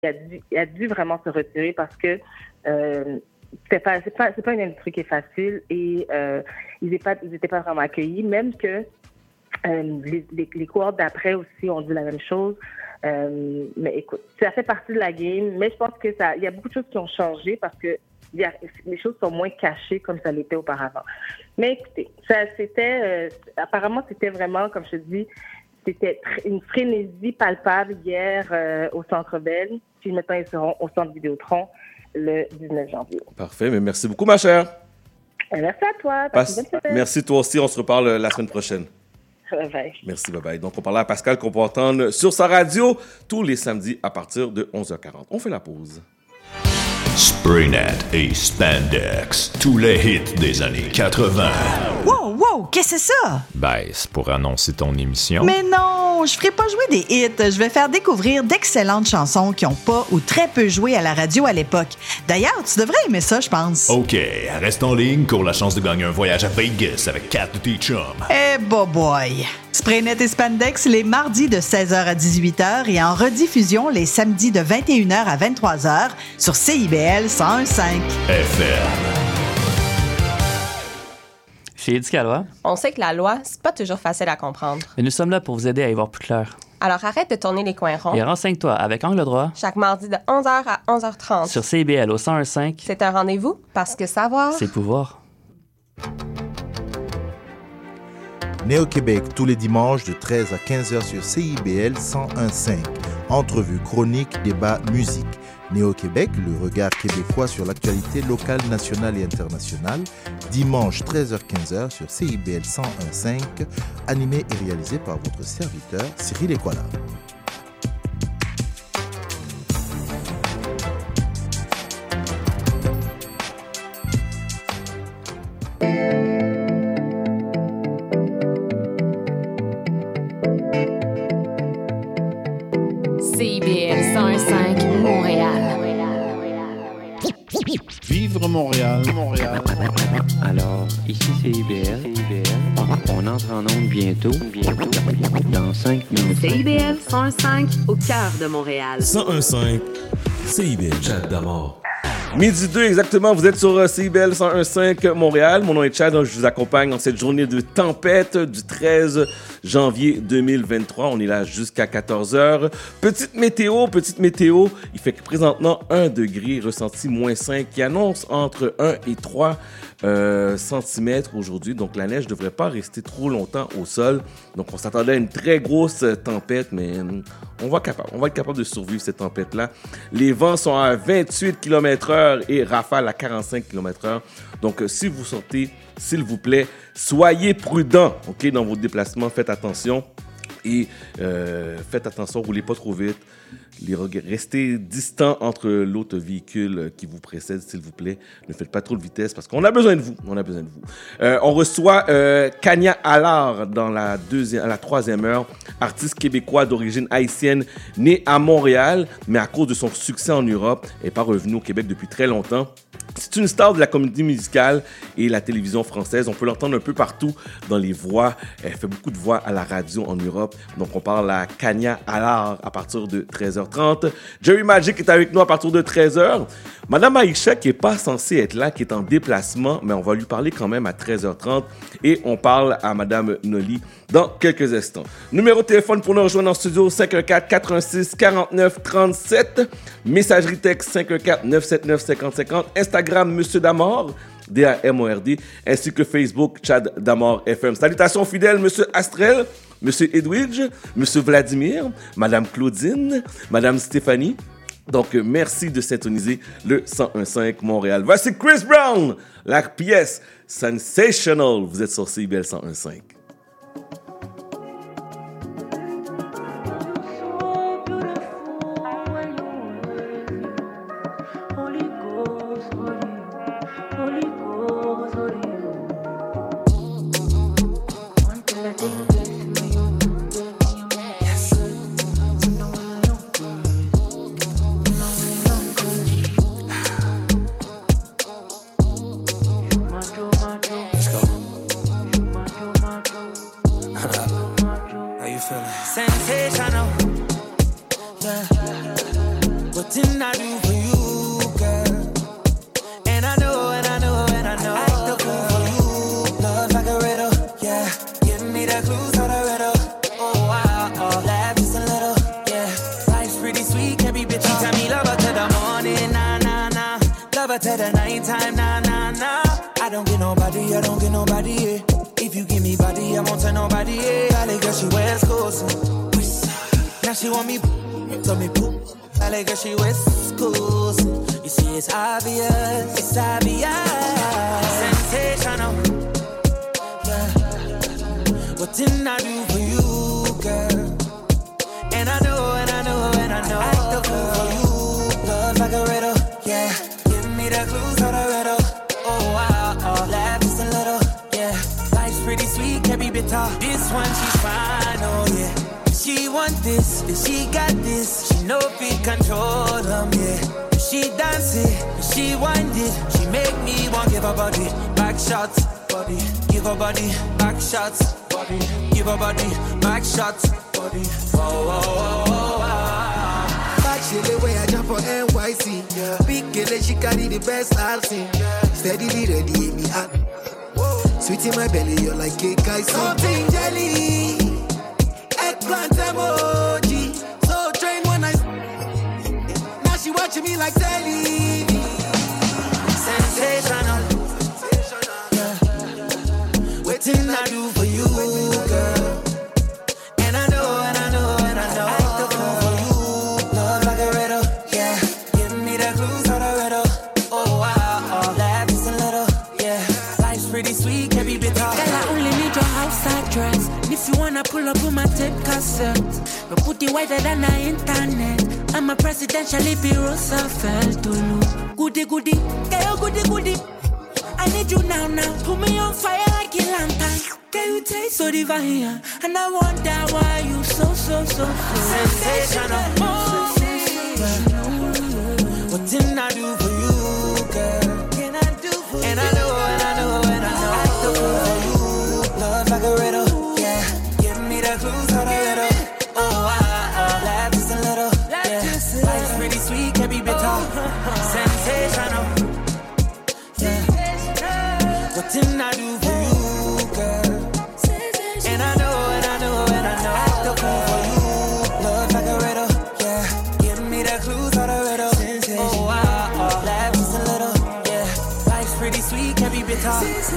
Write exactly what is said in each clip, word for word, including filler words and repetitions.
il a dû, il a dû vraiment se retirer parce que euh, c'était pas, c'est pas, c'est pas une industrie qui est facile et euh, ils n'étaient pas, ils étaient pas vraiment accueillis, même que euh, les, les, les cohortes d'après aussi ont dit la même chose. Euh, mais écoute, ça fait partie de la game, mais je pense que ça, il y a beaucoup de choses qui ont changé parce que il y a, les choses sont moins cachées comme ça l'était auparavant. Mais écoutez, ça, c'était, euh, apparemment, c'était vraiment, comme je te dis, c'était tr- une frénésie palpable hier euh, au Centre Bell. Puis maintenant, ils seront au Centre Vidéotron le dix-neuf janvier. Parfait, mais merci beaucoup, ma chère. Et merci à toi. Passe, une bonne merci, toi aussi. On se reparle la semaine prochaine. Bye bye. Merci, bye bye. Donc, on parlait à Pascal qu'on peut entendre sur sa radio tous les samedis à partir de onze heures quarante. On fait la pause. Spraynet et Spandex, tous les hits des années quatre-vingts. Wow, wow, qu'est-ce que c'est ça? Ben, c'est pour annoncer ton émission. Mais non, je ferai pas jouer des hits. Je vais faire découvrir d'excellentes chansons qui ont pas ou très peu joué à la radio à l'époque. D'ailleurs, tu devrais aimer ça, je pense. OK, reste en ligne, cours la chance de gagner un voyage à Vegas avec quatre de tes chums. Eh, bah boy! Spraynet et Spandex les mardis de seize heures à dix-huit heures et en rediffusion les samedis de vingt et une heures à vingt-trois heures sur C I B L cent un virgule cinq F M. Chez Éducalois, on sait que la loi, c'est pas toujours facile à comprendre. Mais nous sommes là pour vous aider à y voir plus clair. Alors arrête de tourner les coins ronds. Et renseigne-toi avec Angle droit. Chaque mardi de onze heures à onze heures trente. Sur C I B L au cent un virgule cinq. C'est un rendez-vous parce que savoir... c'est pouvoir. Néo-Québec, tous les dimanches de treize à quinze heures sur C I B L cent un virgule cinq. Entrevues, chroniques, débats, musique. Néo-Québec, le regard québécois sur l'actualité locale, nationale et internationale. Dimanche treize heures quinze heures sur C I B L cent un virgule cinq. Animé et réalisé par votre serviteur Cyril Equala. C I B L cent un virgule cinq Montréal. Vivre Montréal, Montréal. Alors, ici c'est I B L. C I B L. On entre en onde bientôt, bientôt, dans cinq minutes. C I B L cent un virgule cinq au cœur de Montréal. cent un virgule cinq C I B L, Chad Damord. Midi deux exactement, vous êtes sur C I B L cent un virgule cinq Montréal. Mon nom est Chad, je vous accompagne dans cette journée de tempête du treize janvier deux mille vingt-trois. On est là jusqu'à quatorze heures. Petite météo, petite météo. Il fait présentement un degré, ressenti moins cinq, qui annonce entre un et trois euh, centimètres aujourd'hui. Donc la neige ne devrait pas rester trop longtemps au sol. Donc on s'attendait à une très grosse tempête, mais on va, capable, on va être capable de survivre cette tempête-là. Les vents sont à vingt-huit kilomètres heure et rafale à quarante-cinq kilomètres heure. Donc, euh, si vous sortez, s'il vous plaît, soyez prudents, OK, dans vos déplacements. Faites attention et euh, faites attention, roulez pas trop vite. Les reg- restez distants entre l'autre véhicule qui vous précède, s'il vous plaît. Ne faites pas trop de vitesse parce qu'on a besoin de vous. On a besoin de vous. Euh, on reçoit euh, Kania Allard dans la deuxième, à la troisième heure, artiste québécois d'origine haïtienne, né à Montréal, mais à cause de son succès en Europe, elle n'est pas revenue au Québec depuis très longtemps. C'est une star de la comédie musicale et la télévision française. On peut l'entendre un peu partout dans les voix. Elle fait beaucoup de voix à la radio en Europe. Donc, on parle à Kania Allard à partir de treize heures trente. Jerry Magic est avec nous à partir de treize heures. Madame Aïcha, qui n'est pas censée être là, qui est en déplacement, mais on va lui parler quand même à treize heures trente. Et on parle à Madame Noli dans quelques instants. Numéro de téléphone pour nous rejoindre en studio, cinq un quatre, quatre un six, quatre neuf trois sept. Messagerie texte cinq un quatre, neuf sept neuf, cinq zéro cinq zéro. Instagram, Monsieur Damord, D A M O R D, ainsi que Facebook, Chad Damord F M. Salutations fidèles, Monsieur Astrel, Monsieur Edwidge, Monsieur Vladimir, Madame Claudine, Madame Stéphanie. Donc, merci de syntoniser le cent un virgule cinq Montréal. Voici Chris Brown, la pièce Sensational. Vous êtes sur C I B L cent un virgule cinq. Let's go. didn't I do for you, girl? And I know, and I know, and I know. Act the fool for you. Love like a riddle, yeah. Give me the clues to the riddle. Oh, wow, oh, laugh just a little, yeah. Life's pretty sweet, can't be bitchy. Tell me love her to the morning, nah, nah, nah. Love her to the nighttime, nah, nah, nah. I don't get nobody, I don't get nobody, yeah. If you give me body, I won't tell nobody, yeah. Valley girl, she West Coast. Now she want me, tell me poop. Valley girl, she West Coast. You see, it's obvious, it's obvious. Sensational, yeah. What didn't I do for you, girl? And I know, and I know, and I know. Act the fool for you. Love like a riddle, yeah. Give me the clues to the riddle. Oh, wow, oh, laugh just a little, yeah. Life's pretty sweet, can't be bitter. This one, she's fine, oh, yeah. She want this, then she got this. She know if it control them, yeah. She dance it, she wind it. She make me want give her body back shots, body. Give her body back shots, body. Give her body back shots, body. Oh, oh, oh, oh, oh. Back shit the way I jump for N Y C. Yeah. Big girl, she carry the best I've seen. Yeah. Steadily ready, hit me up. Sweet in my belly, you're like cake, I see. Something jelly. Eggplant emoji, so trained when I. Now she watching me like telly. Sensational, yeah. What didn't I do for you, girl? And I know, and I know, and I know. Act the fool for you. Love like a riddle, yeah. Give me the clues to the riddle. Oh wow, oh laugh just a little, yeah. Life's pretty sweet, can't be bitter. Girl, I only need your house address. If you wanna pull up with my tape cassette, but put it wider than the internet. I'm a presidential hippie Roosevelt to look. Goody goody, girl, goody goody. I need you now, now. Put me on fire like a lantern. Girl, you taste so divine, and I wonder why you so, so, so, so sensational. Oh, sensational. What didn't I do for you, girl? Can I do for and you? And I know, and I know, and I know. Act the fool for you. Love like a riddle. Clues to the riddle. Oh, I, I laugh just a little. Yeah. Life's pretty sweet, can't be bitter. Sensational. Yeah. What didn't I do for you, girl? And I know, and I know, and I know. Act the fool for you. Love like a riddle. Yeah. Give me the clues to the riddle. Oh, I, I laugh just a little. Yeah. Life's pretty sweet, can't be bitter.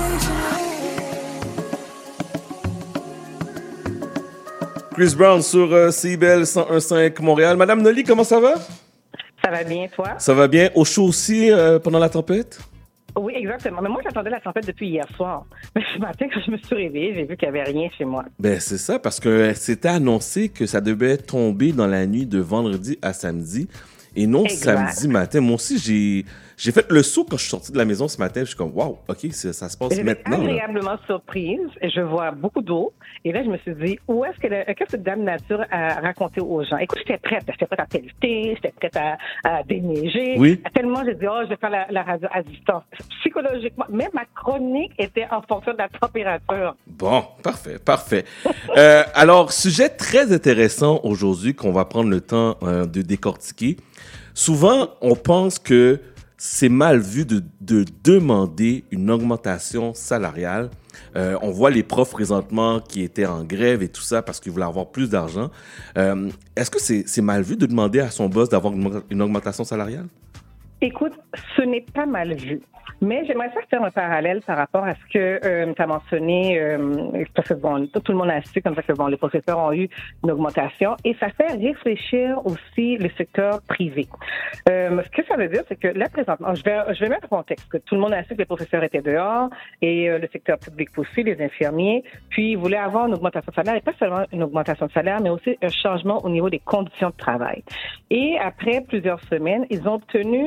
Chris Brown sur euh, C I B L cent un virgule cinq Montréal. Madame Nolly, comment ça va? Ça va bien, toi? Ça va bien. Au chaud aussi euh, pendant la tempête? Oui, exactement. Mais moi, j'attendais la tempête depuis hier soir. Mais ce matin, quand je me suis réveillée, j'ai vu qu'il n'y avait rien chez moi. Ben c'est ça, parce que c'était annoncé que ça devait tomber dans la nuit de vendredi à samedi. Et non exact. Samedi matin. Moi aussi, j'ai, j'ai fait le saut quand je suis sorti de la maison ce matin. Je suis comme, waouh, OK, ça, ça se passe J'étais maintenant. J'étais agréablement là. Surprise. Je vois beaucoup d'eau. Et là, je me suis dit, où est-ce que, le, qu'est-ce que Dame Nature a raconté aux gens? Écoute, j'étais prête. J'étais prête à pelleter. J'étais prête à, à déneiger. Oui. Tellement, j'ai dit, oh, je vais faire la, la radio à distance. Psychologiquement, même ma chronique était en fonction de la température. Bon, parfait, parfait. euh, alors, sujet très intéressant aujourd'hui qu'on va prendre le temps euh, de décortiquer. Souvent, on pense que c'est mal vu de, de demander une augmentation salariale. Euh, on voit les profs présentement qui étaient en grève et tout ça parce qu'ils voulaient avoir plus d'argent. Euh, est-ce que c'est, c'est mal vu de demander à son boss d'avoir une, une augmentation salariale? Écoute, ce n'est pas mal vu. Mais j'aimerais faire un parallèle par rapport à ce que euh, tu as mentionné, euh, parce que bon, tout le monde a su comme ça que bon, les professeurs ont eu une augmentation et ça fait réfléchir aussi le secteur privé. Euh, ce que ça veut dire, c'est que là, présentement, je vais, je vais mettre en contexte que tout le monde a su que les professeurs étaient dehors et euh, le secteur public aussi, les infirmiers, puis ils voulaient avoir une augmentation de salaire et pas seulement une augmentation de salaire, mais aussi un changement au niveau des conditions de travail. Et après plusieurs semaines, ils ont obtenu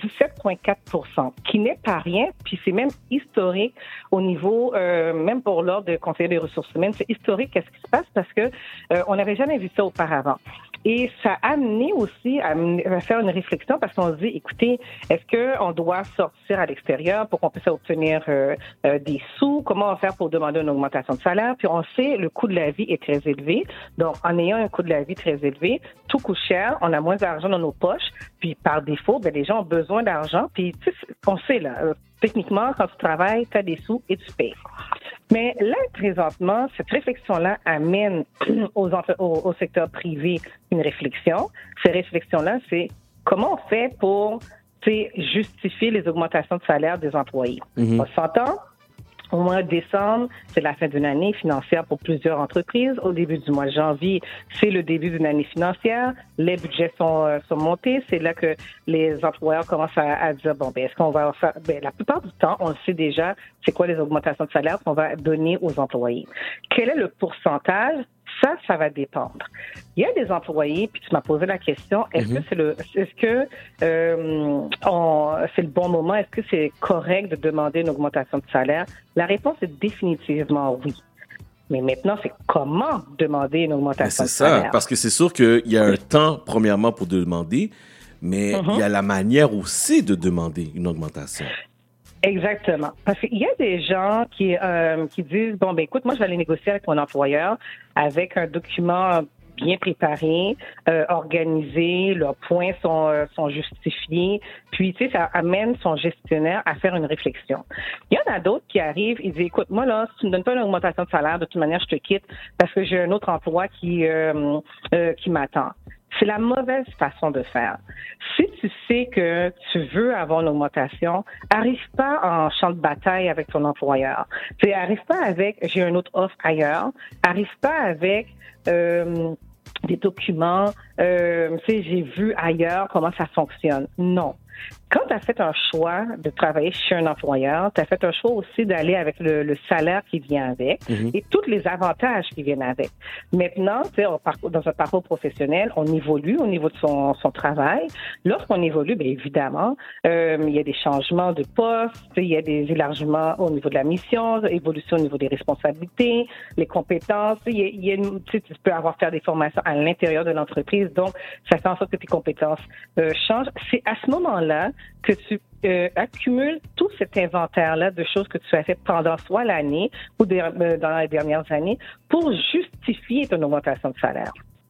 dix-sept virgule quatre pour cent, qui n'est pas rien, puis c'est même historique au niveau, euh, même pour l'Ordre de conseiller des ressources humaines, c'est historique qu'est-ce qui se passe parce que euh, on n'avait jamais vu ça auparavant. Et ça a amené aussi à, à faire une réflexion parce qu'on se dit, écoutez, est-ce qu'on doit sortir à l'extérieur pour qu'on puisse obtenir euh, euh, des sous? Comment on va faire pour demander une augmentation de salaire? Puis on sait, le coût de la vie est très élevé. Donc, en ayant un coût de la vie très élevé, tout coûte cher, on a moins d'argent dans nos poches. Puis par défaut, ben, les gens ont besoin d'argent. Puis tu sais, on sait, là, euh, techniquement, quand tu travailles, tu as des sous et tu payes. Mais là, présentement, cette réflexion-là amène aux, au, au secteur privé une réflexion. Ces réflexions-là, c'est comment on fait pour justifier les augmentations de salaire des employés. Mm-hmm. On s'entend? Au mois de décembre, c'est la fin d'une année financière pour plusieurs entreprises. Au début du mois de janvier, c'est le début d'une année financière. Les budgets sont, euh, sont montés. C'est là que les employeurs commencent à, à dire, bon, ben, est-ce qu'on va faire... Ben, la plupart du temps, on le sait déjà, c'est quoi les augmentations de salaire qu'on va donner aux employés. Quel est le pourcentage? Ça, ça va dépendre. Il y a des employés, puis tu m'as posé la question, est-ce mm-hmm. que c'est le, est-ce que euh, on, c'est le bon moment, est-ce que c'est correct de demander une augmentation de salaire? La réponse est définitivement oui. Mais maintenant, c'est comment demander une augmentation mais de salaire? C'est ça, parce que c'est sûr qu'il y a un temps, premièrement, pour demander, mais mm-hmm. il y a la manière aussi de demander une augmentation. Exactement. Parce qu'il y a des gens qui euh, qui disent, bon, ben écoute, moi, je vais aller négocier avec mon employeur avec un document bien préparé, euh, organisé, leurs points sont, euh, sont justifiés. Puis, tu sais, ça amène son gestionnaire à faire une réflexion. Il y en a d'autres qui arrivent, ils disent, écoute, moi, là, si tu ne me donnes pas une augmentation de salaire, de toute manière, je te quitte parce que j'ai un autre emploi qui, euh, euh, qui m'attend. C'est la mauvaise façon de faire. Si tu sais que tu veux avoir une augmentation, arrive pas en champ de bataille avec ton employeur. Tu sais, arrive pas avec j'ai une autre offre ailleurs. Arrive pas avec euh, des documents. Euh, tu sais, j'ai vu ailleurs comment ça fonctionne. Non. Quand tu as fait un choix de travailler chez un employeur, tu as fait un choix aussi d'aller avec le, le salaire qui vient avec mm-hmm. et tous les avantages qui viennent avec. Maintenant, tu sais, dans un parcours professionnel, on évolue au niveau de son, son travail. Lorsqu'on évolue, bien évidemment, euh, il y a des changements de poste, il y a des élargissements au niveau de la mission, évolution au niveau des responsabilités, les compétences. Il y a, il y a une, tu sais, tu peux avoir faire des formations à l'intérieur de l'entreprise, donc ça fait en sorte que tes compétences euh, changent. C'est à ce moment-là que tu euh, accumules tout cet inventaire-là de choses que tu as fait pendant soit l'année ou de, euh, dans les dernières années pour justifier ton augmentation de salaire.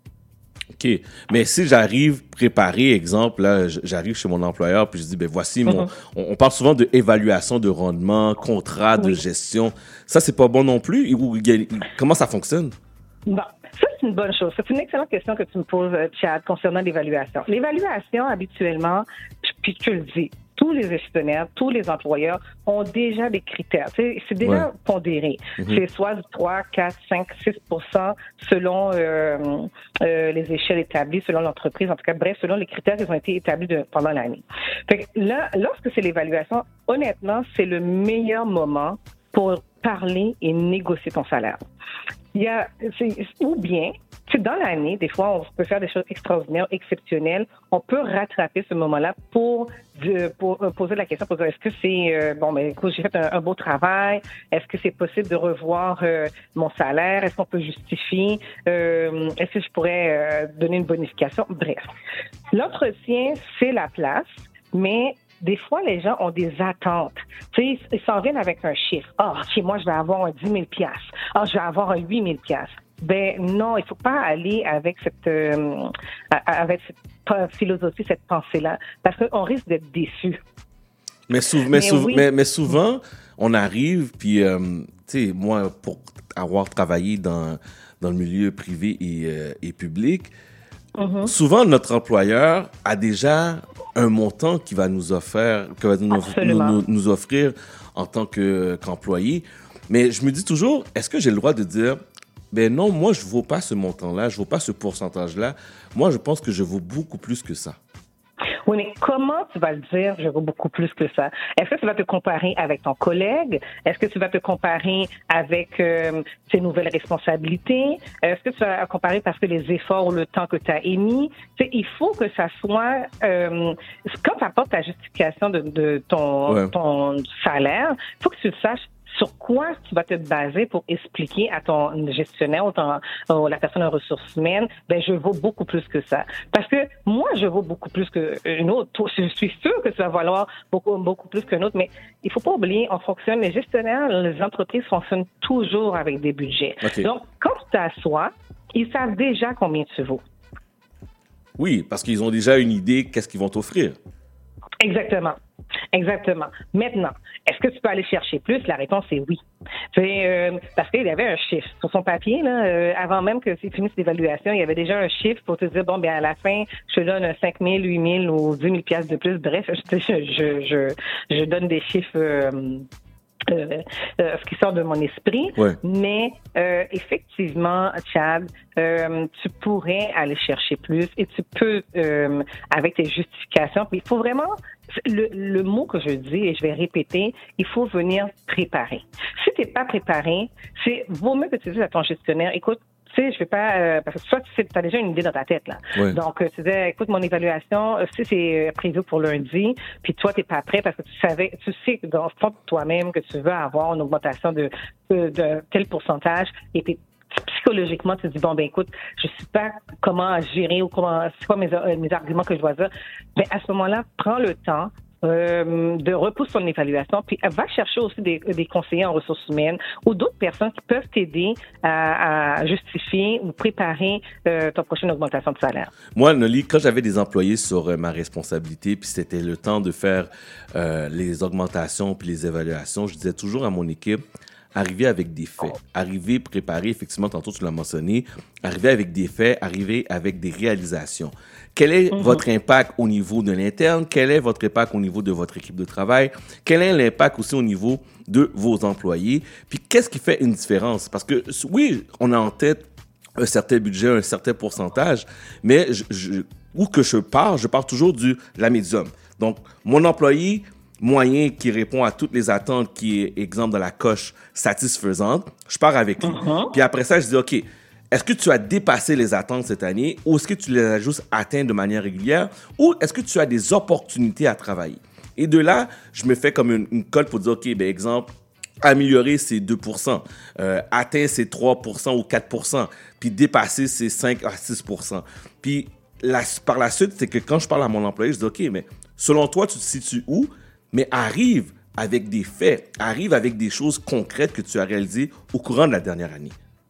OK. Mais si j'arrive préparé, exemple, là, j'arrive chez mon employeur puis je dis, ben voici mon... Mm-hmm. On, on parle souvent d'évaluation de rendement, contrat de oui. gestion. Ça, c'est pas bon non plus? Ou, comment ça fonctionne? Bon. Ça, c'est une bonne chose. C'est une excellente question que tu me poses, Chad, concernant l'évaluation. L'évaluation, habituellement, puis tu le dis, tous les gestionnaires, tous les employeurs ont déjà des critères. C'est, c'est déjà ouais. pondéré. Mm-hmm. C'est soit du trois, quatre, cinq, six pour cent selon euh, euh, les échelles établies, selon l'entreprise. En tout cas, bref, selon les critères qui ont été établis de, pendant l'année. Fait que là, lorsque c'est l'évaluation, honnêtement, c'est le meilleur moment pour parler et négocier ton salaire. Il y a, c'est, ou bien, c'est dans l'année, des fois, on peut faire des choses extraordinaires, exceptionnelles. On peut rattraper ce moment-là pour, de, pour euh, poser la question, pour dire, est-ce que c'est, euh, bon, mais écoute, j'ai fait un, un beau travail. Est-ce que c'est possible de revoir euh, mon salaire? Est-ce qu'on peut justifier? Euh, est-ce que je pourrais euh, donner une bonification? Bref. L'entretien, c'est la place, mais des fois, les gens ont des attentes. Tu sais, ils s'en viennent avec un chiffre. Ah, oh, chez moi, je vais avoir un dix mille dollars. Ah, oh, je vais avoir un huit mille dollars. Ben non, il faut pas aller avec cette euh, avec cette philosophie, cette pensée-là, parce qu'on risque d'être déçu. Mais, sou- mais, mais, sou- oui. mais, mais souvent, on arrive, puis, euh, tu sais, moi, pour avoir travaillé dans, dans le milieu privé et, euh, et public, mm-hmm. souvent, notre employeur a déjà un montant qui va nous offrir, qui va nous, nous, nous, nous offrir en tant que, qu'employé. Mais je me dis toujours, est-ce que j'ai le droit de dire, ben non, moi, je ne vaux pas ce montant-là, je ne vaux pas ce pourcentage-là. Moi, je pense que je vaux beaucoup plus que ça. Oui, mais comment tu vas le dire, je veux beaucoup plus que ça? Est-ce que tu vas te comparer avec ton collègue? Est-ce que tu vas te comparer avec euh, tes nouvelles responsabilités? Est-ce que tu vas comparer parce que les efforts ou le temps que tu as émis? Tu sais, il faut que ça soit... Euh, quand tu apportes ta justification de, de ton, ouais. ton salaire, il faut que tu le saches sur quoi tu vas te baser pour expliquer à ton gestionnaire ou, ton, ou la personne en ressources humaines, ben je vaux beaucoup plus que ça. Parce que moi, je vaux beaucoup plus qu'une autre. Je suis sûre que tu vas valoir beaucoup, beaucoup plus qu'une autre, mais il faut pas oublier, on fonctionne, les gestionnaires, les entreprises fonctionnent toujours avec des budgets. Okay. Donc, quand tu t'assois, ils savent déjà combien tu vaux. Oui, parce qu'ils ont déjà une idée qu'est-ce qu'ils vont t'offrir. Exactement. Exactement. Maintenant, est-ce que tu peux aller chercher plus? La réponse est oui. C'est, euh, parce qu'il y avait un chiffre sur son papier, là, euh, avant même que tu finisses l'évaluation, il y avait déjà un chiffre pour te dire, bon, bien à la fin, je te donne cinq mille, huit mille ou dix mille piastres de plus. Bref, je, je, je, je donne des chiffres... Euh, Euh, euh, ce qui sort de mon esprit, ouais. mais euh, effectivement, Chad, euh, tu pourrais aller chercher plus et tu peux, euh, avec tes justifications, puis il faut vraiment, le, le mot que je dis, et je vais répéter, il faut venir préparer. Si tu n'es pas préparé, c'est vaut mieux que tu dises à ton gestionnaire, écoute, tu sais, je vais pas... Euh, parce que toi, tu as déjà une idée dans ta tête, là. Ouais. Donc, euh, tu disais, écoute, mon évaluation, euh, si c'est prévu pour lundi, puis toi, tu n'es pas prêt parce que tu savais, tu sais dans le fond de toi-même que tu veux avoir une augmentation de, de, de tel pourcentage, et puis psychologiquement, tu te dis, bon, ben écoute, je sais pas comment gérer ou comment... C'est quoi mes, euh, mes arguments que je dois dire. Ben, à ce moment-là, prends le temps Euh, de repousser ton évaluation, puis va chercher aussi des, des conseillers en ressources humaines ou d'autres personnes qui peuvent t'aider à, à justifier ou préparer euh, ta prochaine augmentation de salaire. Moi, Noli, quand j'avais des employés sur euh, ma responsabilité, puis c'était le temps de faire euh, les augmentations puis les évaluations, je disais toujours à mon équipe, arriver avec des faits, arriver préparer, effectivement, tantôt tu l'as mentionné, arriver avec des faits, arriver avec des réalisations. Quel est mm-hmm. votre impact au niveau de l'interne? Quel est votre impact au niveau de votre équipe de travail? Quel est l'impact aussi au niveau de vos employés? Puis qu'est-ce qui fait une différence? Parce que oui, on a en tête un certain budget, un certain pourcentage, mais je, je, où que je pars, je pars toujours du la médium. Donc, mon employé moyen qui répond à toutes les attentes, qui est, exemple, dans la coche satisfaisante, je pars avec lui. Uh-huh. Puis après ça, je dis, OK, est-ce que tu as dépassé les attentes cette année ou est-ce que tu les as juste atteintes de manière régulière ou est-ce que tu as des opportunités à travailler? Et de là, je me fais comme une, une colle pour dire, OK, ben exemple, améliorer c'est deux pour cent, euh, atteindre c'est trois pour cent ou quatre pour cent, puis dépasser c'est cinq à six pour cent. Puis la, par la suite, c'est que quand je parle à mon employé, je dis, OK, mais selon toi, tu te situes où? Mais arrive avec des faits, arrive avec des choses concrètes que tu as réalisées au courant de la dernière année.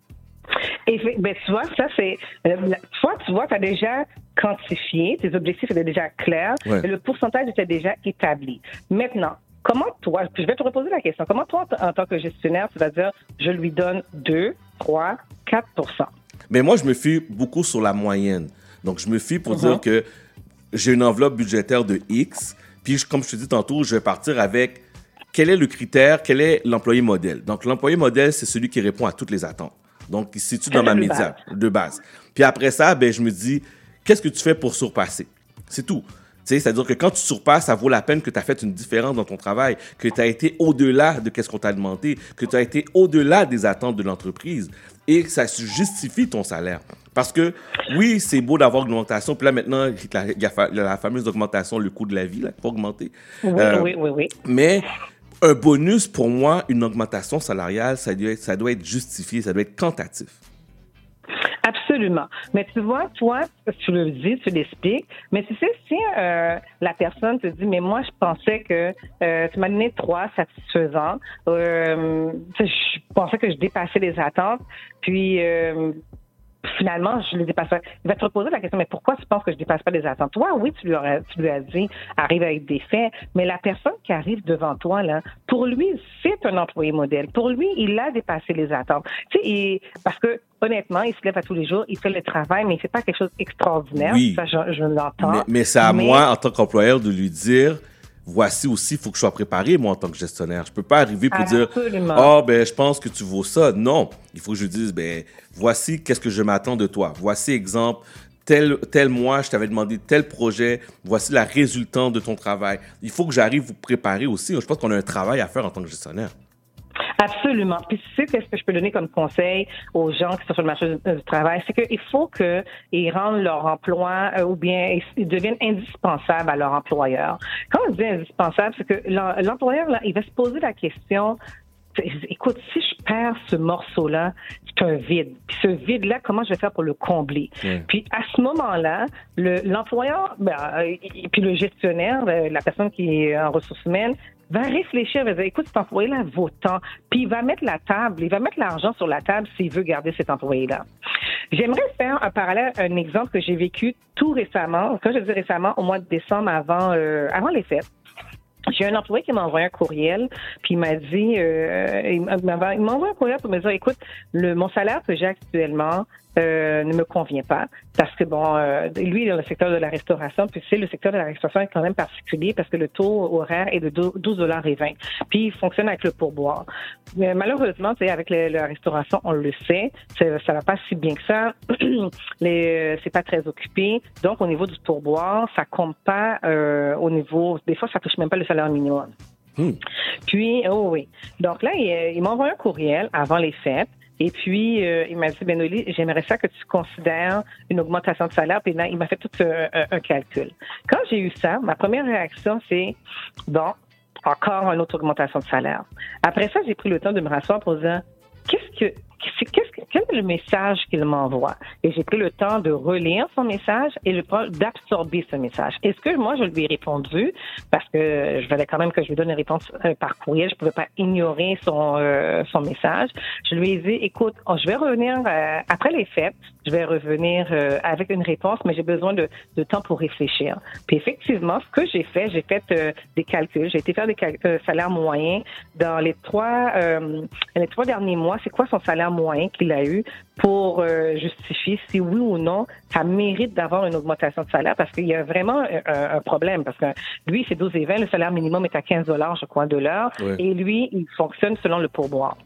Et ben, tu vois, ça, c'est... Euh, toi, tu vois, tu as déjà quantifié, tes objectifs étaient déjà clairs, ouais. et le pourcentage était déjà établi. Maintenant, comment toi... Je vais te reposer la question. Comment toi, en tant que gestionnaire, tu vas dire, je lui donne deux, trois, quatre pour cent? Mais moi, je me fie beaucoup sur la moyenne. Donc, je me fie pour uh-huh. dire que j'ai une enveloppe budgétaire de X. Puis, comme je te dis tantôt, je vais partir avec quel est le critère, quel est l'employé modèle. Donc, l'employé modèle, c'est celui qui répond à toutes les attentes. Donc, il se situe dans ma média de base. Puis après ça, ben, je me dis, qu'est-ce que tu fais pour surpasser? C'est tout. Tu sais, c'est-à-dire que quand tu surpasses, ça vaut la peine que tu as fait une différence dans ton travail, que tu as été au-delà de ce qu'on t'a demandé, que tu as été au-delà des attentes de l'entreprise et que ça justifie ton salaire. Parce que, oui, c'est beau d'avoir une augmentation. Puis là, maintenant, il y a la fameuse augmentation, le coût de la vie, là, qui va augmenter. Oui, euh, oui, oui, oui. Mais un bonus, pour moi, une augmentation salariale, ça doit être, ça doit être justifié, ça doit être quantitatif. Absolument. Mais tu vois, toi, tu le dis, tu l'expliques, mais tu sais, si euh, la personne te dit, mais moi, je pensais que euh, tu m'as donné trois satisfaisants, euh, je pensais que je dépassais les attentes, puis... Euh, finalement, je les dépasse pas. Il va te reposer la question, mais pourquoi tu penses que je dépasse pas les attentes? Toi, oui, tu lui, aurais, tu lui as dit, arrive avec des faits, mais la personne qui arrive devant toi, là, pour lui, c'est un employé modèle. Pour lui, il a dépassé les attentes. Tu sais, et, parce que, honnêtement, il se lève à tous les jours, il fait le travail, mais il fait pas quelque chose d'extraordinaire. Oui. Ça, je, je l'entends. Mais, mais c'est à mais... moi, en tant qu'employeur, de lui dire... Voici aussi, il faut que je sois préparé, moi, en tant que gestionnaire. Je peux pas arriver pour Absolument. dire « Ah, oh, ben, je pense que tu vaux ça. » Non. Il faut que je dise « Ben, voici qu'est-ce que je m'attends de toi. Voici, exemple, tel, tel mois, je t'avais demandé tel projet, voici la résultante de ton travail. Il faut que j'arrive vous préparer aussi. Je pense qu'on a un travail à faire en tant que gestionnaire. Absolument. Puis tu sais, qu'est-ce que je peux donner comme conseil aux gens qui sont sur le marché du travail, c'est qu'il faut qu'ils rendent leur emploi euh, ou bien ils deviennent indispensables à leur employeur. Quand on dit indispensable, c'est que l'employeur, là, il va se poser la question, écoute, si je perds ce morceau-là, c'est un vide. Puis ce vide-là, comment je vais faire pour le combler? Oui. Puis à ce moment-là, le, l'employeur, ben, et puis le gestionnaire, la personne qui est en ressources humaines, va réfléchir, va dire, écoute, cet employé-là vaut tant. Puis il va mettre la table, il va mettre l'argent sur la table s'il veut garder cet employé-là. J'aimerais faire un parallèle, un exemple que j'ai vécu tout récemment, quand je dis récemment, au mois de décembre avant, euh, avant les fêtes. J'ai un employé qui m'a envoyé un courriel, puis il m'a dit, euh, il, m'a, il m'a envoyé un courriel pour me dire, écoute, le, mon salaire que j'ai actuellement euh, ne me convient pas, parce que bon, euh, lui, il est dans le secteur de la restauration, puis c'est le secteur de la restauration est quand même particulier parce que le taux horaire est de douze dollars et vingt, puis il fonctionne avec le pourboire. Mais malheureusement, tu sais, avec le, la restauration, on le sait, ça va pas si bien que ça. Les, c'est pas très occupé, donc au niveau du pourboire, ça compte pas euh, au niveau, des fois, ça touche même pas le salaire minimum. Hmm. Puis, oh oui. Donc là, il, il m'a envoyé un courriel avant les fêtes. Et puis, euh, il m'a dit, Benoli, j'aimerais ça que tu considères une augmentation de salaire. Puis là, il m'a fait tout un, un, un calcul. Quand j'ai eu ça, ma première réaction, c'est, bon, encore une autre augmentation de salaire. Après ça, j'ai pris le temps de me rasseoir pour dire, qu'est-ce que, qu'est-ce que, quel est le message qu'il m'envoie? Et j'ai pris le temps de relire son message et le temps d'absorber ce message. Est-ce que moi, je lui ai répondu, parce que je voulais quand même que je lui donne une réponse euh, par courriel, je pouvais pas ignorer son euh, son message. Je lui ai dit, écoute, oh, je vais revenir euh, après les fêtes, je vais revenir euh, avec une réponse, mais j'ai besoin de, de temps pour réfléchir. Puis effectivement, ce que j'ai fait, j'ai fait euh, des calculs, j'ai été faire des cal- euh, salaires moyens dans les trois euh, les trois derniers mois. C'est quoi son salaire moyen qu'il a eu pour euh, justifier si oui ou non ça mérite d'avoir une augmentation de salaire, parce qu'il y a vraiment un, un problème, parce que lui, c'est douze et vingt, le salaire minimum est à quinze dollars, je crois, de l'heure, ouais. Et lui, il fonctionne selon le pourboire.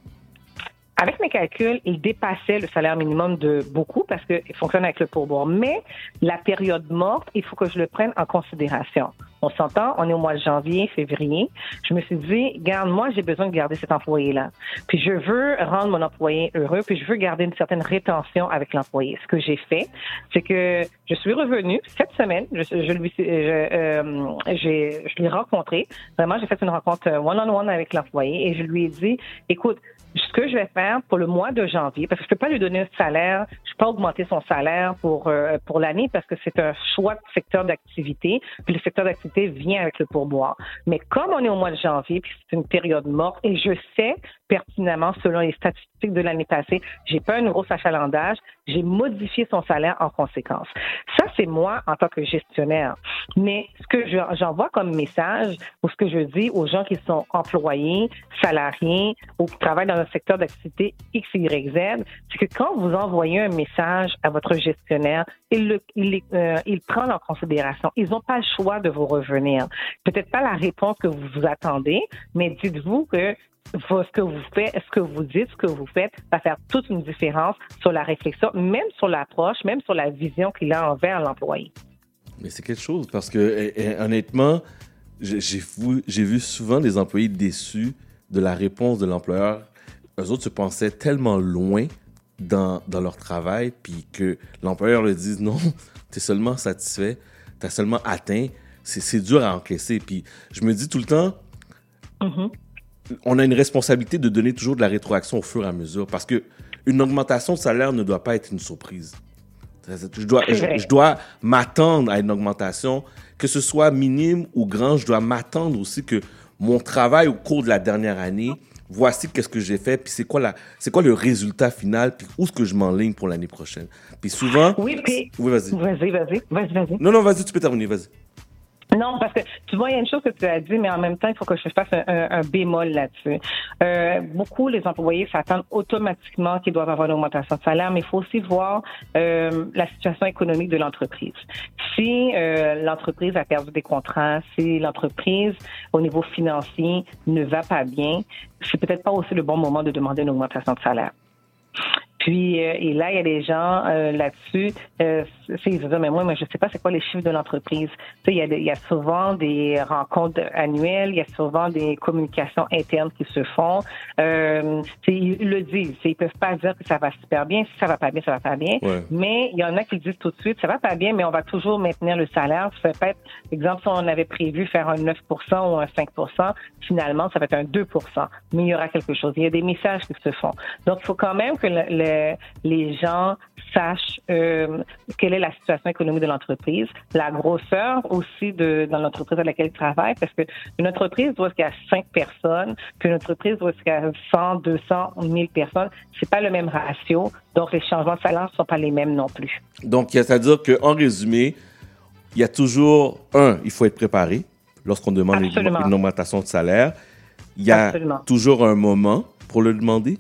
Avec mes calculs, il dépassait le salaire minimum de beaucoup parce qu'il fonctionne avec le pourboire. Mais la période morte, il faut que je le prenne en considération. On s'entend, on est au mois de janvier, février. Je me suis dit, regarde, moi, j'ai besoin de garder cet employé-là. Puis je veux rendre mon employé heureux, puis je veux garder une certaine rétention avec l'employé. Ce que j'ai fait, c'est que je suis revenue cette semaine. Je, je lui, je, euh, j'ai, je l'ai rencontré. Vraiment, j'ai fait une rencontre one-on-one avec l'employé et je lui ai dit, écoute, ce que je vais faire pour le mois de janvier, parce que je peux pas lui donner un salaire, je peux pas augmenter son salaire pour euh, pour l'année parce que c'est un choix de secteur d'activité, puis le secteur d'activité vient avec le pourboire. Mais comme on est au mois de janvier, puis c'est une période morte, et je sais pertinemment, selon les statistiques de l'année passée, j'ai pas un gros achalandage, j'ai modifié son salaire en conséquence. Ça, c'est moi en tant que gestionnaire. Mais ce que je, j'envoie comme message, ou ce que je dis aux gens qui sont employés, salariés, ou qui travaillent dans un secteur d'activité X, Y, Z, c'est que quand vous envoyez un message à votre gestionnaire, il le, il, euh, il prend en considération. Ils n'ont pas le choix de vous revenir. Peut-être pas la réponse que vous vous attendez, mais dites-vous que ce que vous faites, ce que vous dites, ce que vous faites va faire toute une différence sur la réflexion, même sur l'approche, même sur la vision qu'il a envers l'employé. Mais c'est quelque chose, parce que et, et, honnêtement, j'ai, j'ai, vu, j'ai vu souvent des employés déçus de la réponse de l'employeur. Eux autres se pensaient tellement loin dans, dans leur travail, puis que l'employeur leur dise non, t'es seulement satisfait, t'as seulement atteint. C'est, c'est dur à encaisser. Puis je me dis tout le temps, mm-hmm. on a une responsabilité de donner toujours de la rétroaction au fur et à mesure, parce que une augmentation de salaire ne doit pas être une surprise. Je dois, je, je dois m'attendre à une augmentation, que ce soit minime ou grand. Je dois m'attendre aussi que mon travail au cours de la dernière année, voici qu'est-ce que j'ai fait, puis c'est quoi la, c'est quoi le résultat final, puis où est-ce que je m'enligne pour l'année prochaine. Puis souvent... Oui, puis... Oui, vas-y. Vas-y, vas-y, vas-y, vas-y. Non, non, vas-y, tu peux terminer, vas-y. Non, parce que tu vois, il y a une chose que tu as dit, mais en même temps, il faut que je fasse un, un, un bémol là-dessus. Euh, beaucoup, les employés s'attendent automatiquement qu'ils doivent avoir une augmentation de salaire, mais il faut aussi voir euh, la situation économique de l'entreprise. Si euh, l'entreprise a perdu des contrats, si l'entreprise, au niveau financier, ne va pas bien, c'est peut-être pas aussi le bon moment de demander une augmentation de salaire. Puis, euh, et là, il y a des gens euh, là-dessus, euh, sais, ils disent, mais moi, moi, je sais pas c'est quoi les chiffres de l'entreprise. Tu sais, il y a, il y a souvent des rencontres annuelles, il y a souvent des communications internes qui se font. Euh, tu sais, ils le disent. Ils peuvent pas dire que ça va super bien. Si ça va pas bien, ça va pas bien. Ouais. Mais il y en a qui disent tout de suite, ça va pas bien, mais on va toujours maintenir le salaire. Ça peut être, par exemple, si on avait prévu faire un neuf pour cent ou un cinq pour cent, finalement, ça va être un deux pour cent. Mais il y aura quelque chose. Il y a des messages qui se font. Donc, il faut quand même que le, le, les gens sachent euh, quelle est la situation économique de l'entreprise, la grosseur aussi de dans l'entreprise à laquelle ils travaillent, parce que une entreprise où il y a cinq personnes, puis une entreprise où il y a cent, deux cents, mille personnes, c'est pas le même ratio. Donc, les changements de salaire ne sont pas les mêmes non plus. Donc, c'est-à-dire qu'en résumé, il y a toujours, un, il faut être préparé lorsqu'on demande Absolument. une augmentation de salaire. Il y a Absolument. toujours un moment pour le demander.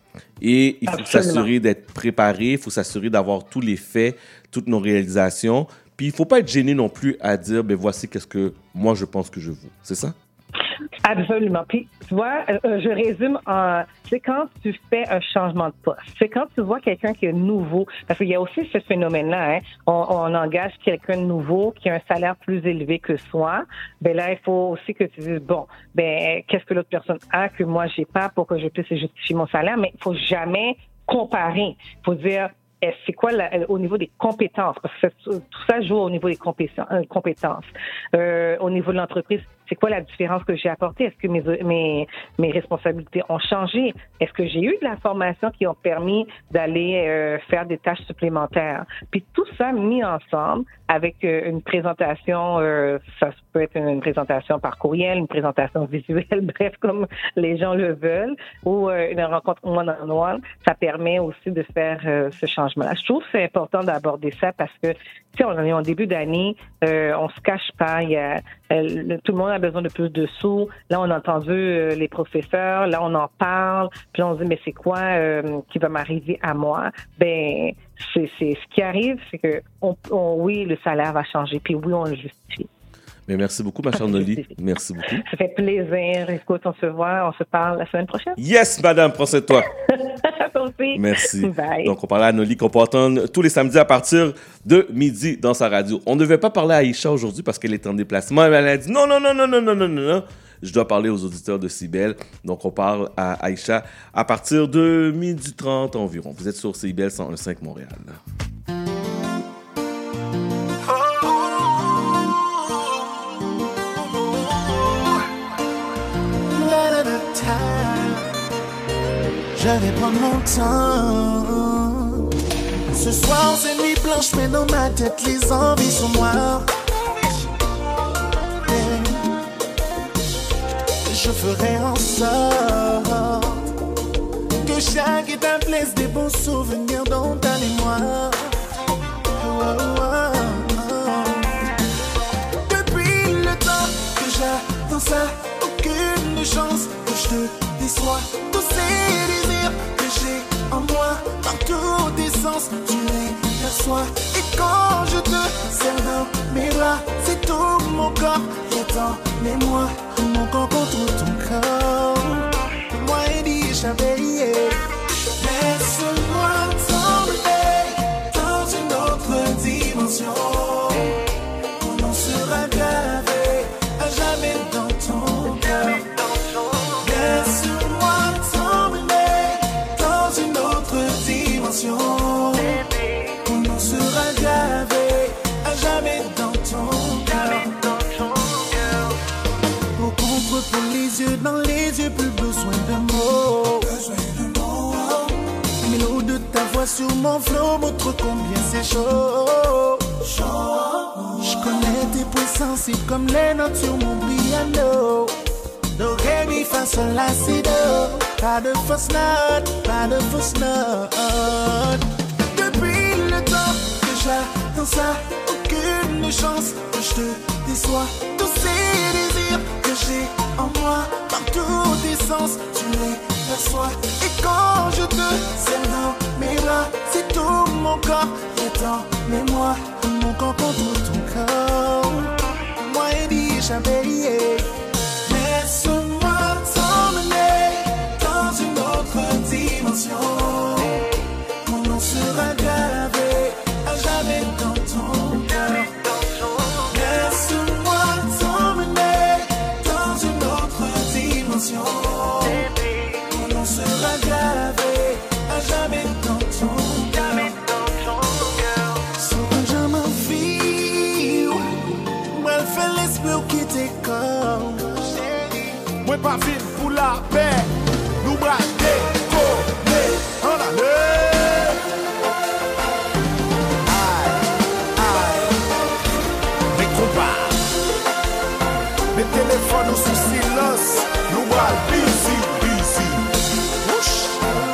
Et il faut Absolument. s'assurer d'être préparé, il faut s'assurer d'avoir tous les faits, toutes nos réalisations. Puis, il ne faut pas être gêné non plus à dire, ben voici qu'est-ce que moi, je pense que je vaux. C'est ça? Absolument. Puis, tu vois, euh, je résume en... C'est quand tu fais un changement de poste. C'est quand tu vois quelqu'un qui est nouveau. Parce qu'il y a aussi ce phénomène-là, hein. On, on engage quelqu'un de nouveau qui a un salaire plus élevé que soi. Ben là, il faut aussi que tu dises, bon, ben, qu'est-ce que l'autre personne a que moi, j'ai pas pour que je puisse justifier mon salaire. Mais il faut jamais comparer. Il faut dire, c'est quoi la, au niveau des compétences? Parce que tout ça joue au niveau des compétences. Euh, compétences. Euh, au niveau de l'entreprise, c'est quoi la différence que j'ai apportée? Est-ce que mes, mes, mes responsabilités ont changé? Est-ce que j'ai eu de la formation qui ont permis d'aller euh, faire des tâches supplémentaires? Puis tout ça mis ensemble avec euh, une présentation, euh, ça peut être une présentation par courriel, une présentation visuelle, bref, comme les gens le veulent, ou euh, une rencontre one-on-one, ça permet aussi de faire euh, ce changement-là. Je trouve que c'est important d'aborder ça parce que, tu sais, on est en début d'année, euh, on se cache pas, il y a, euh, tout le monde a besoin de plus de sous. Là, on a entendu euh, les professeurs, là, on en parle, puis on se dit, mais c'est quoi euh, qui va m'arriver à moi? Ben, c'est, c'est ce qui arrive, c'est que, on, on, oui, le salaire va changer, puis oui, on le justifie. Mais merci beaucoup, ma chère Noli. Merci beaucoup. Ça fait plaisir. Écoute, on se voit, on se parle la semaine prochaine. Yes, madame, prends soin de toi. Toi aussi. Merci. Bye. Donc, on parlait à Noli qu'on peut entendre tous les samedis à partir de midi dans sa radio. On ne devait pas parler à Aïcha aujourd'hui parce qu'elle est en déplacement. Elle a dit non, non, non, non, non, non, non, non, non. Je dois parler aux auditeurs de C I B L. Donc, on parle à Aïcha à partir de midi trente environ. Vous êtes sur C I B L cent un virgule cinq Montréal. Je vais prendre mon temps. Ce soir c'est nuit blanche, mais dans ma tête les envies sont noires. Je ferai en sorte que chaque étape laisse des bons souvenirs dans ta mémoire. Oh, oh, oh. Depuis le temps que j'attends ça, aucune chance que je te déçois. Tous ces désirs que j'ai en moi, dans tous tes sens, tu les perçois. Et quand je te serre dans mes bras, c'est tout mon corps qui attend. Mais moi, mon corps contre ton corps. Moi, il dit échapper. Laisse-moi t'emmener dans une autre dimension. Mon nom sera gravé à jamais dans ton cœur. Laisse-moi t'emmener dans une autre dimension. Mon nom sera gravé à jamais dans ton cœur. Pour contre, pour les yeux dans les yeux, plus besoin de mots. Mais l'eau de ta voix sur mon flot montre combien c'est chaud. Je connais tes points sensibles comme les notes sur mon piano. Do, ré, mi, fa, sol, la, si, do. Pas de fausse note, pas de fausse note. Depuis le temps que j'attends ça, aucune chance que je te déçois. Tous ces désirs que j'ai en moi, dans tous tes sens, tu les perçois. Et quand je te serre dans mes bras, c'est tout mon corps qui attend. Mais moi, mon corps contre ton corps. Moi, il dit échapper. Laisse-moi t'emmener dans une autre dimension. Mon nom sera gravé à jamais dans ton pas vite pour la paix. Nous braquer, coller, en allée. Aïe, aïe, mes combats. Mes téléphones sous silence. Nous braquer, busy, busy. Whoosh.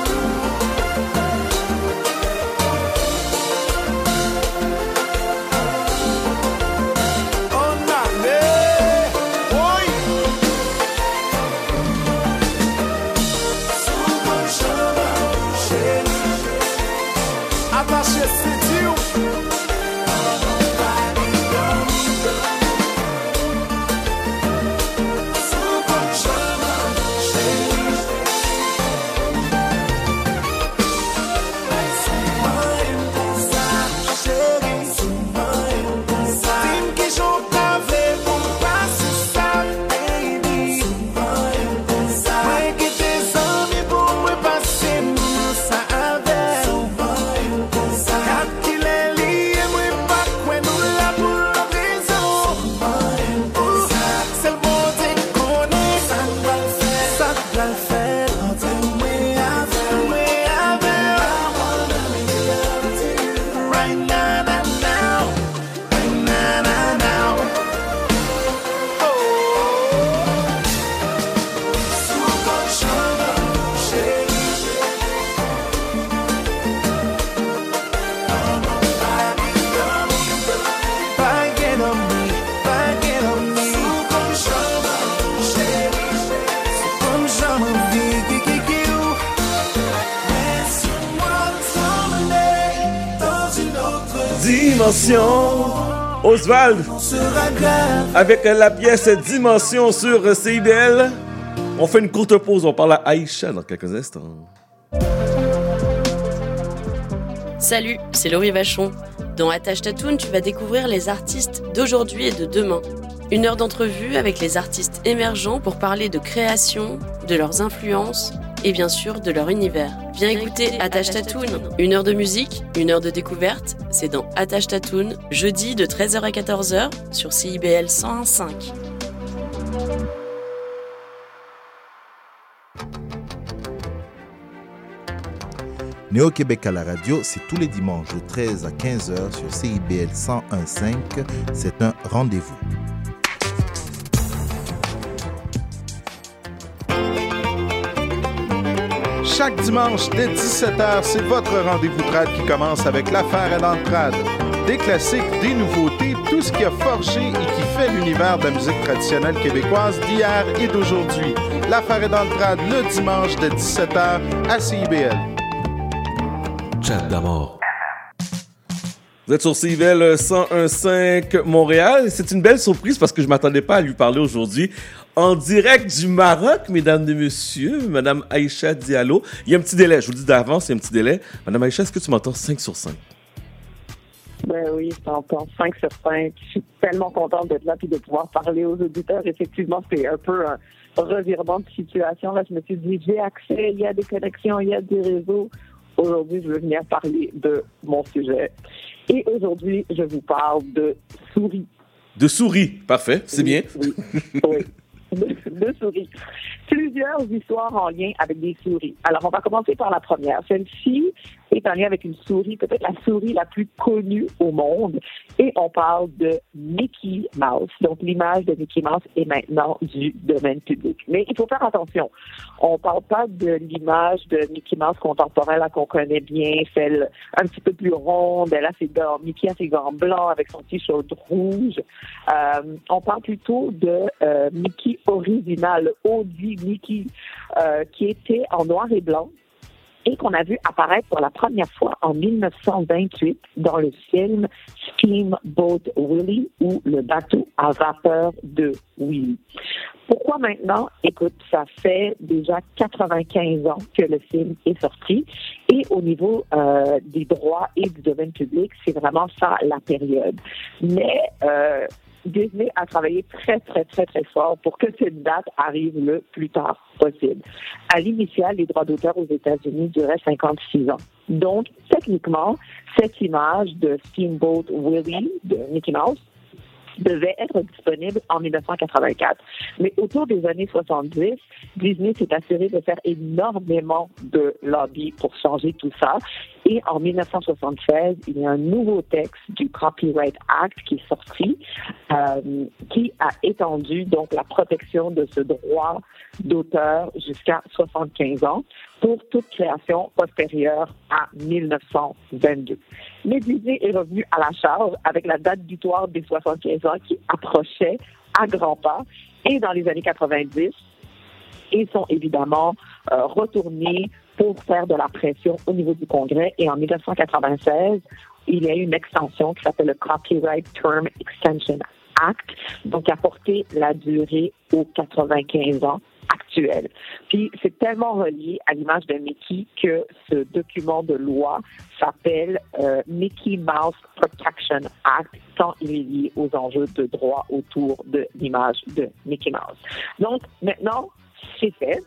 Dimension. Oswald, avec la pièce Dimension sur C I B L. On fait une courte pause, on parle à Aïcha dans quelques instants. Salut, c'est Laurie Vachon. Dans Attache Tatoune, tu vas découvrir les artistes d'aujourd'hui et de demain. Une heure d'entrevue avec les artistes émergents pour parler de création, de leurs influences et bien sûr de leur univers. Viens écouter Attache Tatoune. Une heure de musique, une heure de découverte, c'est dans Attache Tatoune, jeudi de treize heures à quatorze heures sur C I B L cent un virgule cinq. Néo-Québec à la radio, c'est tous les dimanches de treize à quinze heures sur C I B L cent un virgule cinq. C'est un rendez-vous. Chaque dimanche dès dix-sept heures, c'est votre rendez-vous trad qui commence avec l'affaire est dans le trad. Des classiques, des nouveautés, tout ce qui a forgé et qui fait l'univers de la musique traditionnelle québécoise d'hier et d'aujourd'hui. L'affaire est dans le trad le dimanche de dix-sept heures à C I B L. Chat d'amour. Vous êtes sur C I B L cent un virgule cinq Montréal. C'est une belle surprise parce que je ne m'attendais pas à lui parler aujourd'hui. En direct du Maroc, mesdames et messieurs, Madame Aïcha Diallo. Il y a un petit délai, je vous le dis d'avance, il y a un petit délai. Madame Aïcha, est-ce que tu m'entends cinq sur cinq? Ben oui, je t'entends cinq sur cinq. Je suis tellement contente d'être là et de pouvoir parler aux auditeurs. Effectivement, c'est un peu un revirement de situation. Là, je me suis dit, j'ai accès, il y a des connexions, il y a des réseaux. Aujourd'hui, je veux venir parler de mon sujet. Et aujourd'hui, je vous parle de souris. De souris, parfait, c'est oui, bien. Oui, oui. De, de souris. Plusieurs histoires en lien avec des souris. Alors, on va commencer par la première. Celle-ci est en lien avec une souris, peut-être la souris la plus connue au monde. Et on parle de Mickey Mouse. Donc, l'image de Mickey Mouse est maintenant du domaine public. Mais il faut faire attention. On ne parle pas de l'image de Mickey Mouse contemporaine là, qu'on connaît bien, celle un petit peu plus ronde. Elle a ses gants, Mickey a ses gants blancs avec son t-shirt rouge. Euh, on parle plutôt de euh, Mickey original, O G Mickey, euh, qui était en noir et blanc et qu'on a vu apparaître pour la première fois en dix-neuf cent vingt-huit dans le film Steamboat Willie ou le bateau à vapeur de Willie. Pourquoi maintenant? Écoute, ça fait déjà quatre-vingt-quinze ans que le film est sorti et au niveau euh, des droits et du domaine public, c'est vraiment ça la période. Mais euh, Disney a travaillé très, très, très, très fort pour que cette date arrive le plus tard possible. À l'initial, les droits d'auteur aux États-Unis duraient cinquante-six ans. Donc, techniquement, cette image de Steamboat Willie, de Mickey Mouse, devait être disponible en dix-neuf cent quatre-vingt-quatre. Mais autour des années soixante-dix, Disney s'est assuré de faire énormément de lobby pour changer tout ça. Et en dix-neuf cent soixante-seize, il y a un nouveau texte du Copyright Act qui est sorti, euh, qui a étendu donc la protection de ce droit d'auteur jusqu'à soixante-quinze ans pour toute création postérieure à mille neuf cent vingt-deux. Mais Disney est revenu à la charge avec la date butoir des soixante-quinze ans qui approchait à grands pas. Et dans les années quatre-vingt-dix, ils sont évidemment euh, retournés pour faire de la pression au niveau du Congrès. Et en dix-neuf cent quatre-vingt-seize, il y a eu une extension qui s'appelle le Copyright Term Extension Act, donc qui a porté la durée aux quatre-vingt-quinze ans actuels. Puis c'est tellement relié à l'image de Mickey que ce document de loi s'appelle euh, Mickey Mouse Protection Act, tant il est lié aux enjeux de droit autour de l'image de Mickey Mouse. Donc maintenant, c'est fait.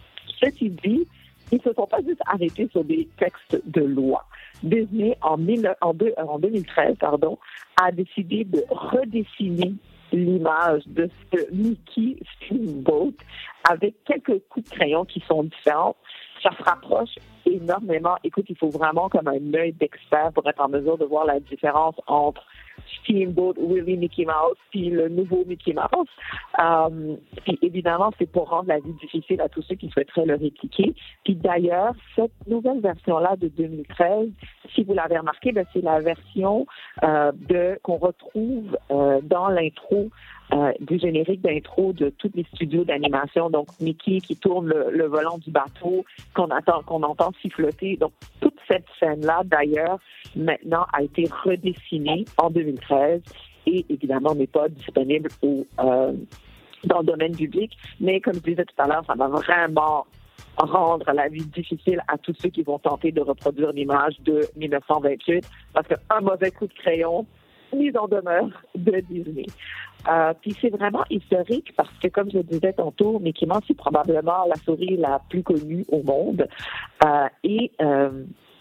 Ceci dit, ils ne se sont pas juste arrêtés sur des textes de loi. Disney, en, mille, en, deux, en deux mille treize, pardon, a décidé de redessiner l'image de ce Mickey Steamboat avec quelques coups de crayon qui sont différents. Ça se rapproche énormément. Écoute, il faut vraiment comme un œil d'expert pour être en mesure de voir la différence entre Steamboat Willie Mickey Mouse puis le nouveau Mickey Mouse. Euh, puis évidemment, c'est pour rendre la vie difficile à tous ceux qui souhaiteraient le répliquer. Puis d'ailleurs, cette nouvelle version-là de deux mille treize, si vous l'avez remarqué, ben, c'est la version euh, de qu'on retrouve euh, dans l'intro Euh, du générique d'intro de tous les studios d'animation. Donc, Mickey qui tourne le, le volant du bateau, qu'on attend, qu'on entend siffloter. Donc, toute cette scène-là, d'ailleurs, maintenant a été redessinée en deux mille treize et, évidemment, n'est pas disponible au, euh, dans le domaine public. Mais, comme je disais tout à l'heure, ça va vraiment rendre la vie difficile à tous ceux qui vont tenter de reproduire l'image de dix-neuf cent vingt-huit parce qu'un mauvais coup de crayon, mise en demeure de Disney. Euh, puis c'est vraiment historique parce que, comme je disais tantôt, Mickey Mouse est probablement la souris la plus connue au monde. Euh, et euh,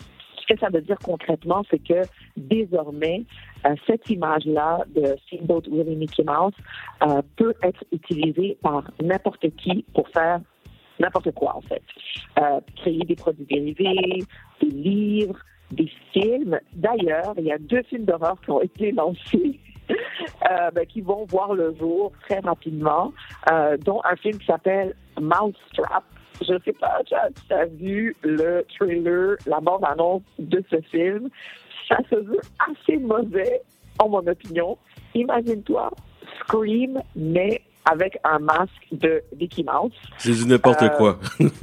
ce que ça veut dire concrètement, c'est que désormais, euh, cette image-là de Steamboat Willie Mickey Mouse euh, peut être utilisée par n'importe qui pour faire n'importe quoi, en fait. Euh, créer des produits dérivés, des livres, des films. D'ailleurs, il y a deux films d'horreur qui ont été lancés euh, ben, qui vont voir le jour très rapidement, euh, dont un film qui s'appelle Mousetrap. Je ne sais pas, tu as, tu as vu le trailer, la bande-annonce de ce film. Ça se veut assez mauvais, en mon opinion. Imagine-toi Scream, mais avec un masque de Mickey Mouse. C'est du n'importe euh, quoi.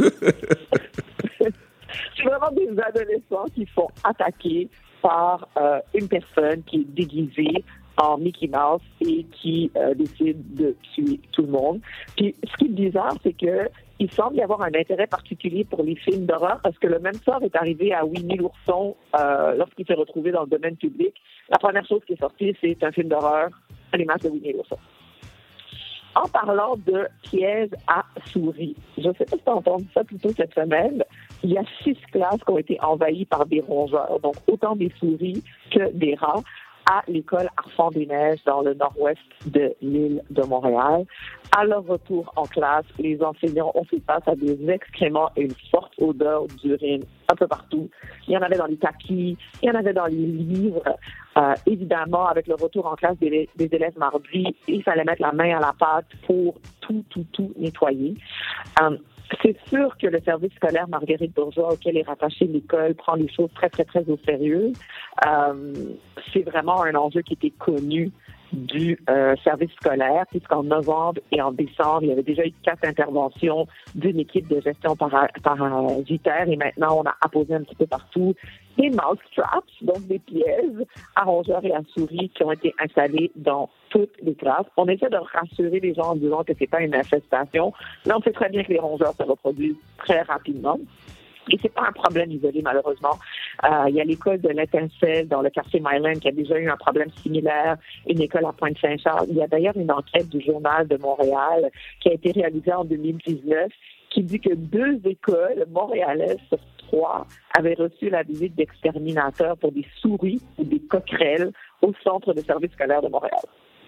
C'est vraiment des adolescents qui sont attaqués par euh, une personne qui est déguisée en Mickey Mouse et qui euh, décide de tuer tout le monde. Puis, ce qui est bizarre, c'est que il semble y avoir un intérêt particulier pour les films d'horreur parce que le même sort est arrivé à Winnie l'ourson euh, lorsqu'il s'est retrouvé dans le domaine public. La première chose qui est sortie, c'est un film d'horreur à l'image de Winnie l'ourson. En parlant de pièges à souris, je ne sais pas si tu as entendu ça plus tôt cette semaine, il y a six classes qui ont été envahies par des rongeurs, donc autant des souris que des rats, à l'école Arfand-des-Neiges dans le nord-ouest de l'île de Montréal. À leur retour en classe, les enseignants ont fait face à des excréments et une forte odeur d'urine un peu partout. Il y en avait dans les tapis, il y en avait dans les livres. Euh, évidemment, avec le retour en classe des, des élèves mardi, il fallait mettre la main à la pâte pour tout, tout, tout nettoyer. Euh, C'est sûr que le service scolaire Marguerite Bourgeois, auquel est rattachée l'école, prend les choses très, très, très au sérieux. Euh, c'est vraiment un enjeu qui était connu du euh, service scolaire, puisqu'en novembre et en décembre, il y avait déjà eu quatre interventions d'une équipe de gestion para- parasitaire et maintenant, on a apposé un petit peu partout des mousetraps, donc des pièges à rongeurs et à souris qui ont été installés dans toutes les classes. On essaie de rassurer les gens en disant que c'est pas une infestation. Là, on sait très bien que les rongeurs se reproduisent très rapidement. Et c'est pas un problème isolé, malheureusement. Euh, il y a l'école de l'Étincelle dans le quartier Myland qui a déjà eu un problème similaire, une école à Pointe-Saint-Charles. Il y a d'ailleurs une enquête du Journal de Montréal qui a été réalisée en deux mille dix-neuf qui dit que deux écoles montréalaises sur trois avaient reçu la visite d'exterminateurs pour des souris ou des coquerelles au centre de service scolaire de Montréal.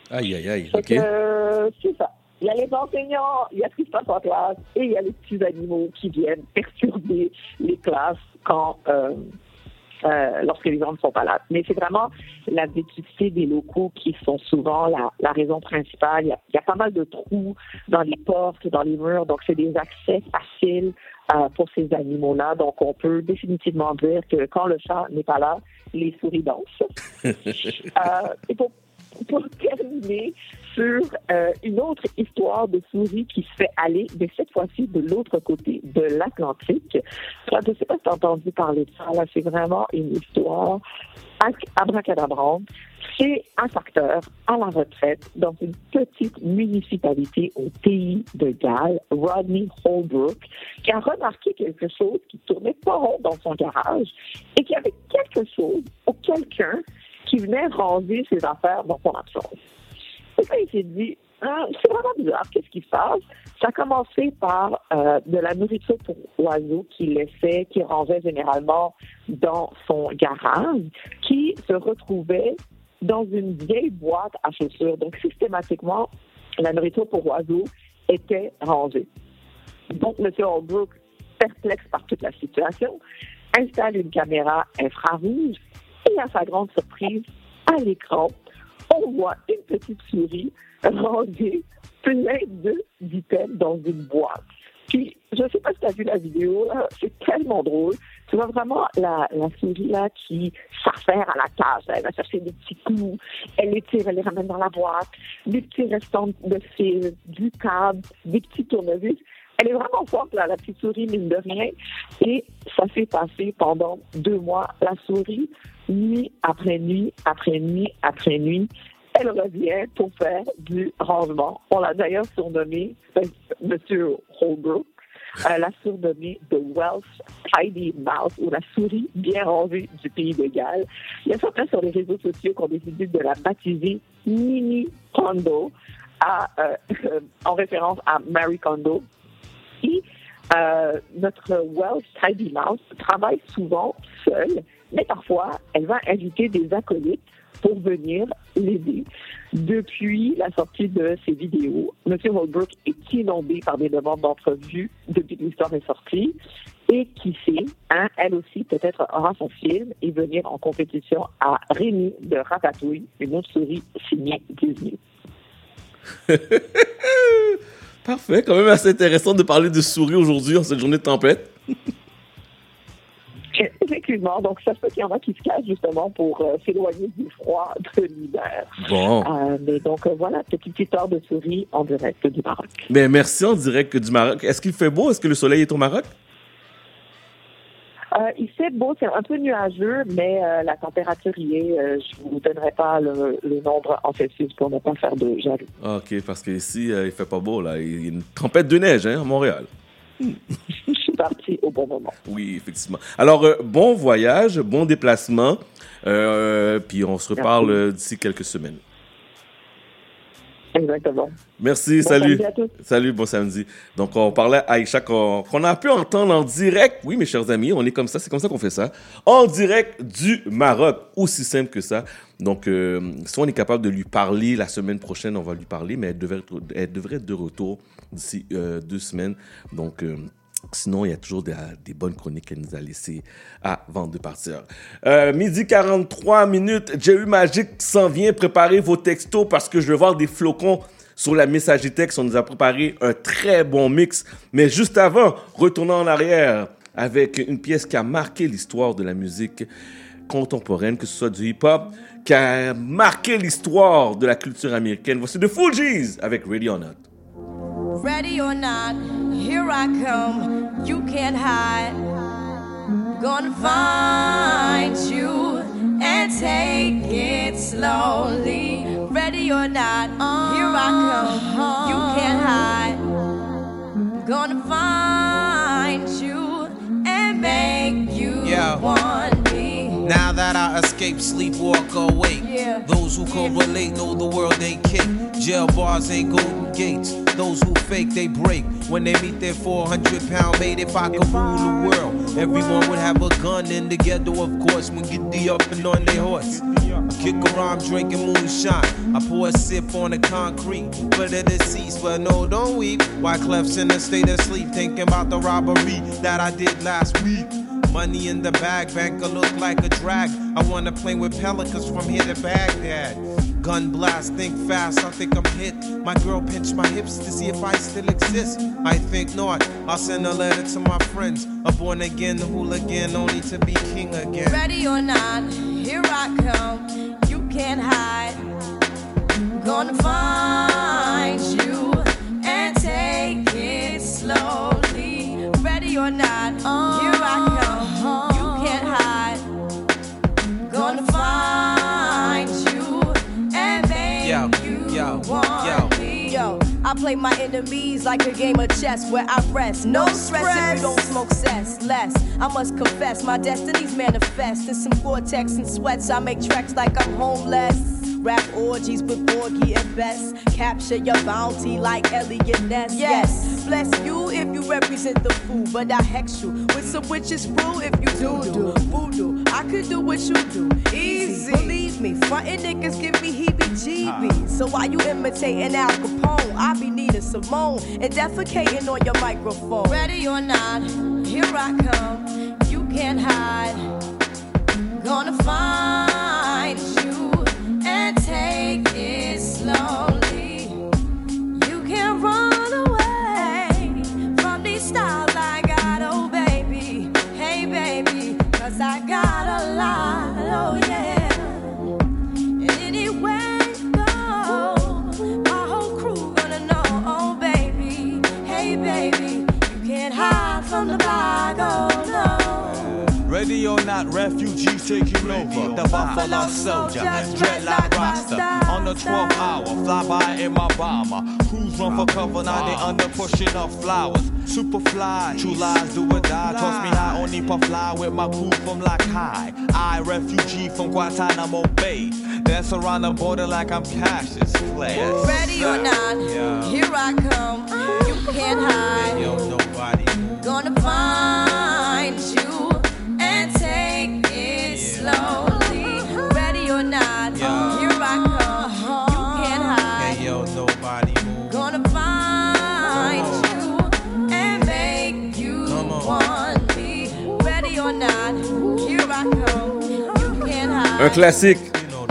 Aïe, aïe, aïe, Fait OK. que, euh, c'est ça. Il y a les enseignants, il y a ce qui se passe en classe, et il y a les petits animaux qui viennent perturber les classes quand, euh, euh, lorsque les gens ne sont pas là. Mais c'est vraiment la vétusté des locaux qui sont souvent la, la raison principale. Il y, a, il y a pas mal de trous dans les portes, dans les murs, donc c'est des accès faciles euh, pour ces animaux-là. Donc on peut définitivement dire que quand le chat n'est pas là, les souris dansent. euh, et pour Pour terminer sur euh, une autre histoire de souris qui se fait aller, mais cette fois-ci de l'autre côté de l'Atlantique. Toi, je ne sais pas si tu as entendu parler de ça, là, c'est vraiment une histoire abracadabrante. C'est un facteur à la retraite dans une petite municipalité au pays de Galles, Rodney Holbrook, qui a remarqué quelque chose qui tournait pas rond dans son garage et qui avait quelque chose ou quelqu'un qui venait ranger ses affaires dans son absence. Et là, il s'est dit, ah, c'est vraiment bizarre, qu'est-ce qui se passe? Ça a commencé par euh, de la nourriture pour oiseaux qu'il laissait, qu'il rangeait généralement dans son garage, qui se retrouvait dans une vieille boîte à chaussures. Donc, systématiquement, la nourriture pour oiseaux était rangée. Donc, M. Holbrook, perplexe par toute la situation, installe une caméra infrarouge et à sa grande surprise, à l'écran, on voit une petite souris ranger plein de d'items dans une boîte. Puis, je ne sais pas si tu as vu la vidéo, là, c'est tellement drôle. Tu vois vraiment la, la souris là qui s'affaire à la tâche. Elle va chercher des petits clous, elle les tire, elle les ramène dans la boîte, des petits restants de fil, du câble, des petits tournevis. Elle est vraiment forte, là, la petite souris, mine de rien. Et ça s'est passé pendant deux mois. La souris, nuit après nuit, après nuit, après nuit, elle revient pour faire du rangement. On l'a d'ailleurs surnommé, euh, M. Holbrook, euh, l'a surnommé The Welsh Tidy Mouse, ou la souris bien rangée du pays de Galles. Il y a certains sur les réseaux sociaux qui ont décidé de la baptiser Mini Kondo, à, euh, euh, en référence à Marie Kondo. Et euh, notre Welsh Tidy Mouse travaille souvent seule, mais parfois, elle va inviter des acolytes pour venir l'aider. Depuis la sortie de ces vidéos, M. Holbrook est inondé par des demandes d'entrevues depuis que l'histoire est sortie. Et qui sait, hein, elle aussi peut-être aura son film et venir en compétition à Rémi de Ratatouille, une autre souris signée Disney. Parfait, quand même assez intéressant de parler de souris aujourd'hui en cette journée de tempête. Effectivement, donc ça se peut qu'il y en a qui se cachent justement pour euh, s'éloigner du froid de l'hiver. Bon. Euh, mais donc euh, voilà, petite histoire de souris en direct du Maroc. Mais merci en direct du Maroc. Est-ce qu'il fait beau? Est-ce que le soleil est au Maroc? Euh, il fait beau, c'est un peu nuageux, mais euh, la température y est. Euh, je ne vous donnerai pas le, le nombre en Celsius pour ne pas faire de jaloux. OK, parce qu'ici, euh, il fait pas beau. Là. Il y a une tempête de neige hein, à Montréal. Je suis parti au bon moment. Oui, effectivement. Alors, euh, bon voyage, bon déplacement. Euh, puis on se reparle euh, d'ici quelques semaines. Exactement. Merci, bon salut. Samedi à tous. Salut, bon samedi. Donc, on parlait à Aïcha qu'on, qu'on a pu entendre en direct. Oui, mes chers amis, on est comme ça, c'est comme ça qu'on fait ça. En direct du Maroc, aussi simple que ça. Donc, euh, si on est capable de lui parler la semaine prochaine, on va lui parler, mais elle devrait être, elle devrait être de retour d'ici euh, deux semaines. Donc, euh, sinon, il y a toujours des, des bonnes chroniques qu'elle nous a laissées avant de partir. Euh, midi quarante-trois minutes, Jerry Magic s'en vient. Préparez vos textos parce que je vais voir des flocons sur la messagerie texte. On nous a préparé un très bon mix. Mais juste avant, retournons en arrière avec une pièce qui a marqué l'histoire de la musique contemporaine, que ce soit du hip-hop, qui a marqué l'histoire de la culture américaine. Voici The Fugees avec Ready or Not. Ready or not, here I come, you can't hide. Gonna find you and take it slowly. Ready or not, here I come, you can't hide. Gonna find you and make you yeah. want me. Now that I escape, sleep, walk, awake. Yeah. Those who correlate know the world ain't kick. Jail bars ain't golden gates. those who fake, they break. When they meet their four hundred pound mate, if I could rule the world, everyone would have a gun in the ghetto, of course, when get the up and on their horse. I kick around drinking moonshine. I pour a sip on the concrete for the deceased, but no, don't weep. Wyclef's in a state of sleep, thinking about the robbery that I did last week. Money in the bag, banker look like a drag. I wanna play with pelicans from here to Baghdad. Gun blast, think fast, I think I'm hit. My girl pinched my hips to see if I still exist. I think not, I'll send a letter to my friends. A born again hooligan, only to be king again. Ready or not, here I come. You can't hide. Gonna find you and take it slowly. Ready or not, here I come. You can't hide. Gonna find you and make yo, you yo, want yo. me. Yo, I play my enemies like a game of chess where I rest. No stress if you don't smoke cess. Less, I must confess, my destinies manifest. In some Gore-Tex and sweats, I make tracks like I'm homeless. Rap orgies with Borgie and Bess. Capture your bounty like Elliot Ness. Yes, bless you if you represent the fool, but I hex you with some witches brew if you do do voodoo. I could do what you do, easy. Believe me, frontin' niggas give me heebie-jeebies. So why you imitating Al Capone? I be needing Simone and defecating on your microphone. Ready or not, here I come. You can't hide. Gonna find you and take it slowly. You can run away from these styles I got, oh baby. Hey baby, cause I got a lot, oh yeah. And anywhere you go, my whole crew gonna know, oh baby. Hey baby, you can't hide from the block, oh no. Ready or not, refugees taking over. The Buffalo Soldier, dreadlock roster. On the twelfth hour, fly by in my bomber. Crews run for cover, now they under pushing up flowers. Super fly, true lies do or die. Toss me high, only puff fly with my crew from like high. I, refugee from Guantanamo Bay. Dance around the border like I'm Cassius Clay. Ready or not, here I come. You can't hide. Yo, nobody. Gonna find you and take it slowly. Ready or not, here I come. You can't hide. Hey, yo, nobody move. Gonna find you and make you want me. Ready or not, here I come. You can't hide. Un classique.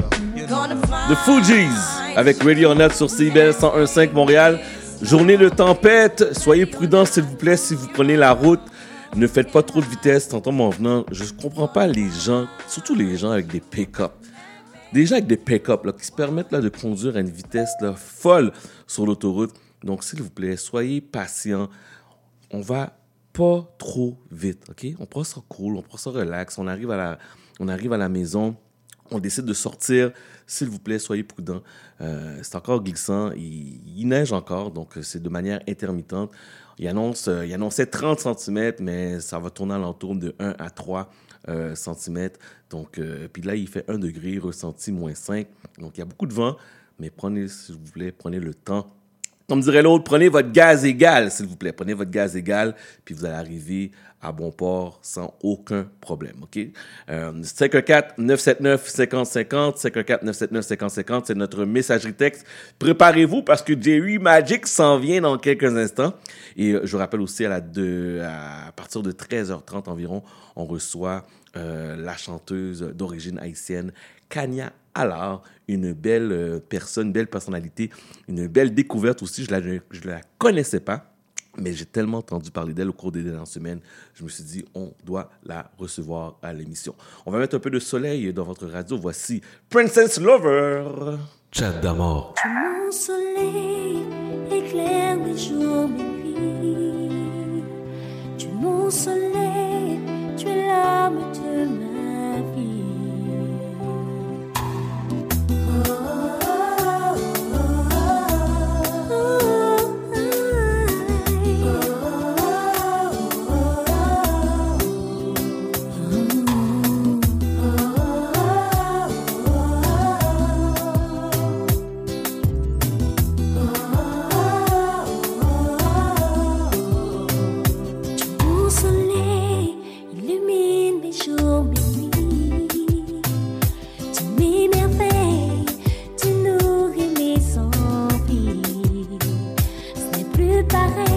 The Fugees avec Ready or Not sur C I B L cent un virgule cinq Montréal. Journée de tempête. Soyez prudents s'il vous plaît si vous prenez la route. Ne faites pas trop de vitesse. Tantôt en venant, je ne comprends pas les gens, surtout les gens avec des pick-up. Des gens avec des pick-up là, qui se permettent là, de conduire à une vitesse là, folle sur l'autoroute. Donc s'il vous plaît, soyez patients. On va pas trop vite, ok? On prend ça cool, on prend ça relax. On arrive à la, on arrive à la maison. On décide de sortir. S'il vous plaît, soyez prudents. Euh, c'est encore glissant. Il, il neige encore, donc c'est de manière intermittente. Il, annonce, euh, il annonçait trente centimètres, mais ça va tourner à l'entour de un à trois euh, centimètres. Donc, euh, puis là, il fait un degré, ressenti moins cinq. Donc, il y a beaucoup de vent, mais prenez, s'il vous plaît, prenez le temps. Comme dirait l'autre, prenez votre gaz égal, s'il vous plaît. Prenez votre gaz égal, puis vous allez arriver à bon port sans aucun problème, OK? Euh, cinq un quatre neuf sept neuf cinq zéro cinq zéro, cinq un quatre neuf sept neuf cinq zéro cinq zéro, c'est notre messagerie texte. Préparez-vous parce que Jerry Magic s'en vient dans quelques instants. Et euh, je vous rappelle aussi, à, la de, à partir de treize heures trente environ, on reçoit euh, la chanteuse d'origine haïtienne, Kanya Alors, une belle euh, personne, une belle personnalité, une belle découverte aussi. Je ne la, je la connaissais pas, mais j'ai tellement entendu parler d'elle au cours des dernières semaines. Je me suis dit, on doit la recevoir à l'émission. On va mettre un peu de soleil dans votre radio. Voici Princess Lover. Chat d'amour. Tu es mon soleil, éclaire mes jours, mes nuits. Tu es mon soleil, tu es l'âme de ma vie. plus pareil.